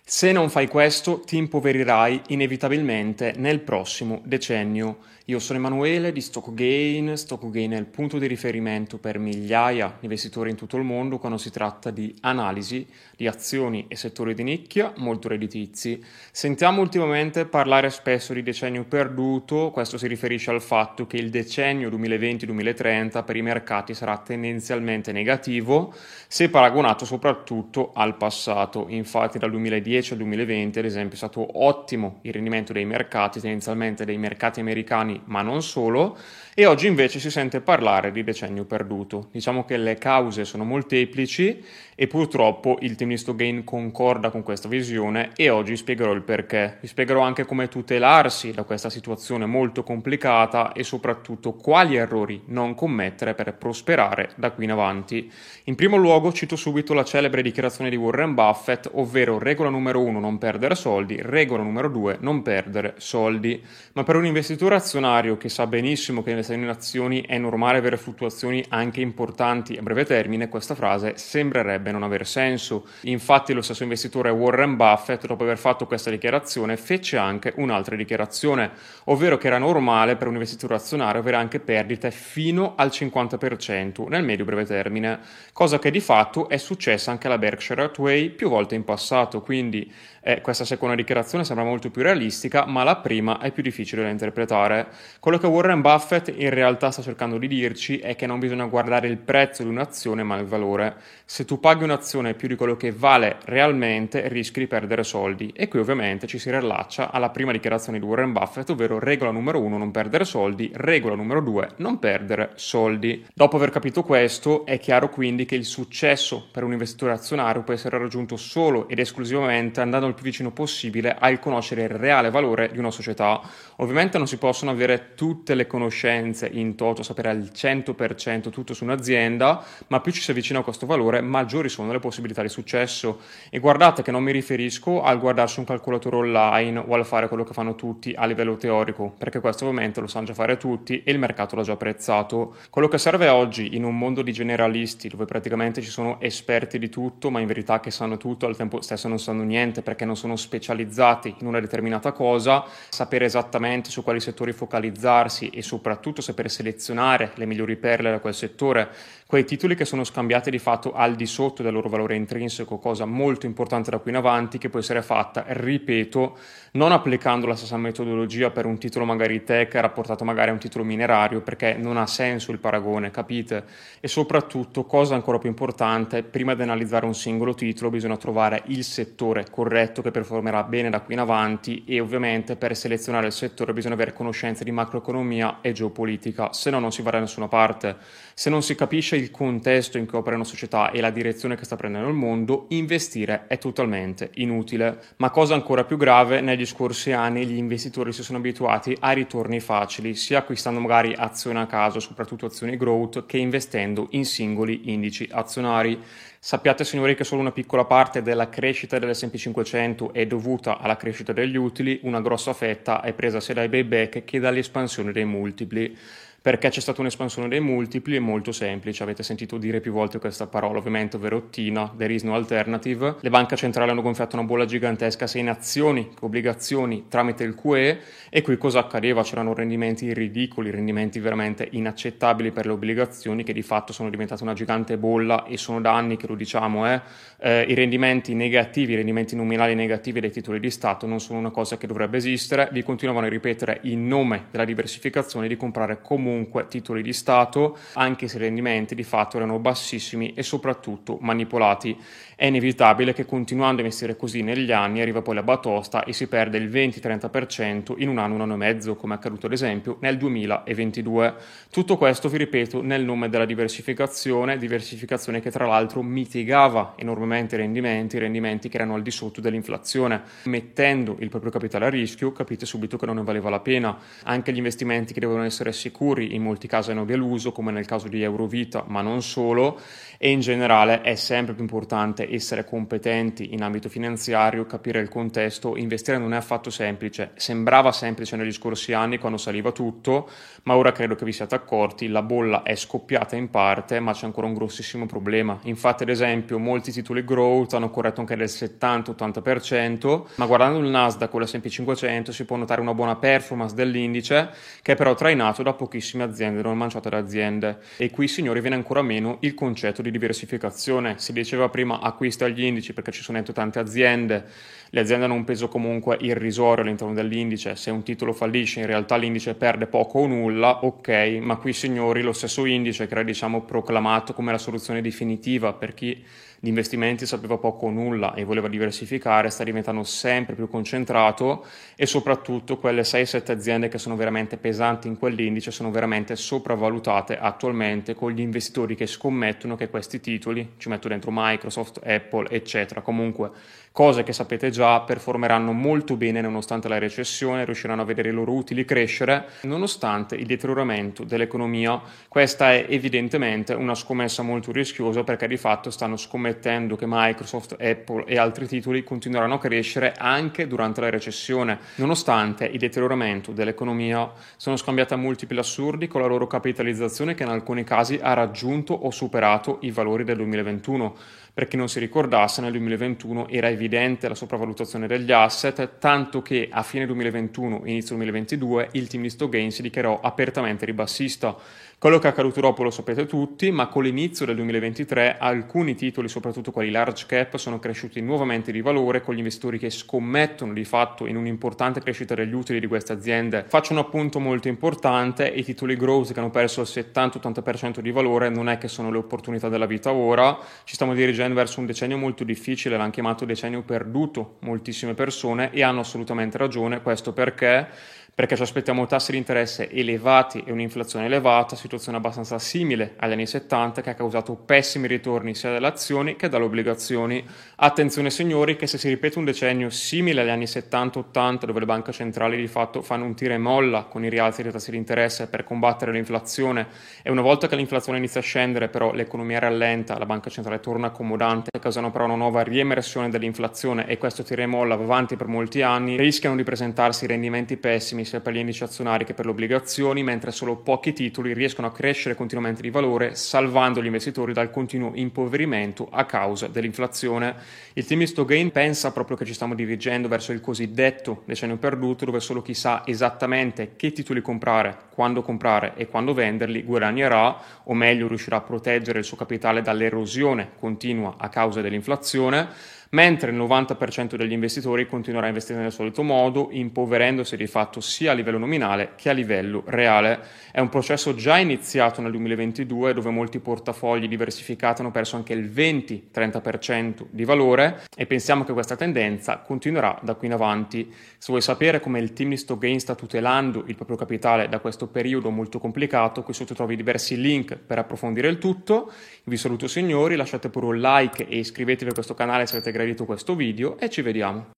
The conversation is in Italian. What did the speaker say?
Se non fai questo, ti impoverirai inevitabilmente nel prossimo decennio. Io sono Emanuele di StockGain. StockGain è il punto di riferimento per migliaia di investitori in tutto il mondo quando si tratta di analisi di azioni e settori di nicchia molto redditizi. Sentiamo ultimamente parlare spesso di decennio perduto. Questo si riferisce al fatto che il decennio 2020-2030 per i mercati sarà tendenzialmente negativo se paragonato soprattutto al passato. Infatti dal 2010 al 2020 ad esempio è stato ottimo il rendimento dei mercati, tendenzialmente dei mercati americani ma non solo, e oggi invece si sente parlare di decennio perduto. Diciamo che le cause sono molteplici e purtroppo il team di StockGain concorda con questa visione e oggi spiegherò il perché. Vi spiegherò anche come tutelarsi da questa situazione molto complicata e soprattutto quali errori non commettere per prosperare da qui in avanti. In primo luogo cito subito la celebre dichiarazione di Warren Buffett, ovvero regola numero 1 non perdere soldi, regola numero 2 non perdere soldi. Ma per un investitore azionario che sa benissimo che nelle azioni è normale avere fluttuazioni anche importanti a breve termine, questa frase sembrerebbe non aver senso. Infatti lo stesso investitore Warren Buffett, dopo aver fatto questa dichiarazione, fece anche un'altra dichiarazione, ovvero che era normale per un investitore azionario avere anche perdite fino al 50% nel medio-breve termine, cosa che di fatto è successa anche alla Berkshire Hathaway più volte in passato, quindi questa seconda dichiarazione sembra molto più realistica, ma la prima è più difficile da interpretare. Quello che Warren Buffett in realtà sta cercando di dirci è che non bisogna guardare il prezzo di un'azione ma il valore. Se tu paghi un'azione più di quello che vale realmente, rischi di perdere soldi. E qui ovviamente ci si rilaccia alla prima dichiarazione di Warren Buffett, ovvero regola numero 1 non perdere soldi, regola numero 2 non perdere soldi. Dopo aver capito questo, è chiaro quindi che il successo per un investitore azionario può essere raggiunto solo ed esclusivamente andando il più vicino possibile al conoscere il reale valore di una società. Ovviamente non si possono avere tutte le conoscenze in toto, sapere al 100% tutto su un'azienda, ma più ci si avvicina a questo valore, maggiori sono le possibilità di successo. E guardate che non mi riferisco al guardarsi un calcolatore online o al fare quello che fanno tutti a livello teorico, perché questo ovviamente lo sanno già fare tutti e il mercato l'ha già apprezzato. Quello che serve oggi in un mondo di generalisti, dove praticamente ci sono esperti di tutto, ma in verità che sanno tutto, al tempo stesso non sanno niente perché non sono specializzati in una determinata cosa, sapere esattamente su quali settori focalizzarsi e soprattutto saper selezionare le migliori perle da quel settore, quei titoli che sono scambiati di fatto al di sotto del loro valore intrinseco, cosa molto importante da qui in avanti che può essere fatta, ripeto, non applicando la stessa metodologia per un titolo magari tech rapportato magari a un titolo minerario, perché non ha senso il paragone, capite? E soprattutto, cosa ancora più importante, prima di analizzare un singolo titolo bisogna trovare il settore corretto che performerà bene da qui in avanti e ovviamente per selezionare il settore bisogna avere conoscenze di macroeconomia e geopolitica, se no non si va da nessuna parte. Se non si capisce il contesto in cui opera una società e la direzione che sta prendendo il mondo, investire è totalmente inutile. Ma cosa ancora più grave, negli scorsi anni gli investitori si sono abituati a ritorni facili, sia acquistando magari azioni a caso, soprattutto azioni growth, che investendo in singoli indici azionari. Sappiate signori che solo una piccola parte della crescita dell'S&P 500 è dovuta alla crescita degli utili, una grossa fetta è presa sia dai buyback che dall'espansione dei multipli. Perché c'è stata un'espansione dei multipli è molto semplice, avete sentito dire più volte questa parola, ovviamente, ovvero TINA, there is no alternative. Le banche centrali hanno gonfiato una bolla gigantesca sia in azioni che obbligazioni tramite il QE e qui cosa accadeva? C'erano rendimenti ridicoli, rendimenti veramente inaccettabili per le obbligazioni che di fatto sono diventate una gigante bolla e sono da anni che lo diciamo, i rendimenti negativi, i rendimenti nominali negativi dei titoli di Stato non sono una cosa che dovrebbe esistere, vi continuavano a ripetere in nome della diversificazione di comprare comunque titoli di Stato, anche se i rendimenti di fatto erano bassissimi e soprattutto manipolati. È inevitabile che continuando a investire così negli anni arriva poi la batosta e si perde il 20-30% in un anno e mezzo, come è accaduto ad esempio nel 2022. Tutto questo, vi ripeto, nel nome della diversificazione che tra l'altro mitigava enormemente i rendimenti che erano al di sotto dell'inflazione. Mettendo il proprio capitale a rischio, capite subito che non ne valeva la pena. Anche gli investimenti che devono essere sicuri, investitori, in molti casi hanno deluso, come nel caso di Eurovita, ma non solo, e in generale è sempre più importante essere competenti in ambito finanziario, capire il contesto. Investire non è affatto semplice, sembrava semplice negli scorsi anni quando saliva tutto, ma ora credo che vi siate accorti, la bolla è scoppiata in parte, ma c'è ancora un grossissimo problema. Infatti, ad esempio, molti titoli growth hanno corretto anche del 70-80%, ma guardando il Nasdaq o l'S&P 500 si può notare una buona performance dell'indice, che è però trainato da pochissime aziende non manciate da aziende. E qui, signori, viene ancora meno il concetto di diversificazione. Si diceva prima acquista gli indici perché ci sono dentro tante aziende, le aziende hanno un peso comunque irrisorio all'interno dell'indice, se un titolo fallisce in realtà l'indice perde poco o nulla, ok, ma qui, signori, lo stesso indice che era, diciamo, proclamato come la soluzione definitiva per chi di investimenti sapeva poco o nulla e voleva diversificare, sta diventando sempre più concentrato, e soprattutto quelle 6-7 aziende che sono veramente pesanti in quell'indice sono veramente sopravvalutate attualmente, con gli investitori che scommettono che questi titoli, ci metto dentro Microsoft, Apple, eccetera, comunque cose che sapete già, performeranno molto bene nonostante la recessione, riusciranno a vedere i loro utili crescere nonostante il deterioramento dell'economia. Questa è evidentemente una scommessa molto rischiosa, perché di fatto stanno scommettendo che Microsoft, Apple e altri titoli continueranno a crescere anche durante la recessione. Nonostante il deterioramento dell'economia, sono scambiati a multipli assurdi con la loro capitalizzazione, che in alcuni casi ha raggiunto o superato i valori del 2021. Per chi non si ricordasse, nel 2021 era evidente la sopravvalutazione degli asset, tanto che a fine 2021 inizio 2022 il team di Stockgain si dichiarò apertamente ribassista. Quello che è accaduto dopo lo sapete tutti, ma con l'inizio del 2023 alcuni titoli, soprattutto quelli large cap, sono cresciuti nuovamente di valore, con gli investitori che scommettono di fatto in un'importante crescita degli utili di queste aziende. Faccio un appunto molto importante: i titoli growth che hanno perso il 70-80% di valore non è che sono le opportunità della vita ora, ci stiamo dirigendo verso un decennio molto difficile, l'hanno chiamato decennio perduto moltissime persone, e hanno assolutamente ragione. Questo perché ci aspettiamo tassi di interesse elevati e un'inflazione elevata, situazione abbastanza simile agli anni 70, che ha causato pessimi ritorni sia dalle azioni che dalle obbligazioni. Attenzione, signori, che se si ripete un decennio simile agli anni 70-80, dove le banche centrali di fatto fanno un tira e molla con i rialzi dei tassi di interesse per combattere l'inflazione, e una volta che l'inflazione inizia a scendere però l'economia rallenta, la banca centrale torna accomodante, causano però una nuova riemersione dell'inflazione, e questo tira e molla va avanti per molti anni, rischiano di presentarsi rendimenti pessimi sia per gli indici azionari che per le obbligazioni, mentre solo pochi titoli riescono a crescere continuamente di valore, salvando gli investitori dal continuo impoverimento a causa dell'inflazione. Il team di Stockgain pensa proprio che ci stiamo dirigendo verso il cosiddetto decennio perduto, dove solo chi sa esattamente che titoli comprare, quando e quando venderli guadagnerà, o meglio riuscirà a proteggere il suo capitale dall'erosione continua a causa dell'inflazione, mentre il 90% degli investitori continuerà a investire nel solito modo, impoverendosi di fatto sia a livello nominale che a livello reale. È un processo già iniziato nel 2022, dove molti portafogli diversificati hanno perso anche il 20-30% di valore, e pensiamo che questa tendenza continuerà da qui in avanti. Se vuoi sapere come il team di Stockgain sta tutelando il proprio capitale da questo periodo molto complicato, qui sotto trovi diversi link per approfondire il tutto. Vi saluto, signori, lasciate pure un like e iscrivetevi a questo canale se avete gradito questo video, e ci vediamo.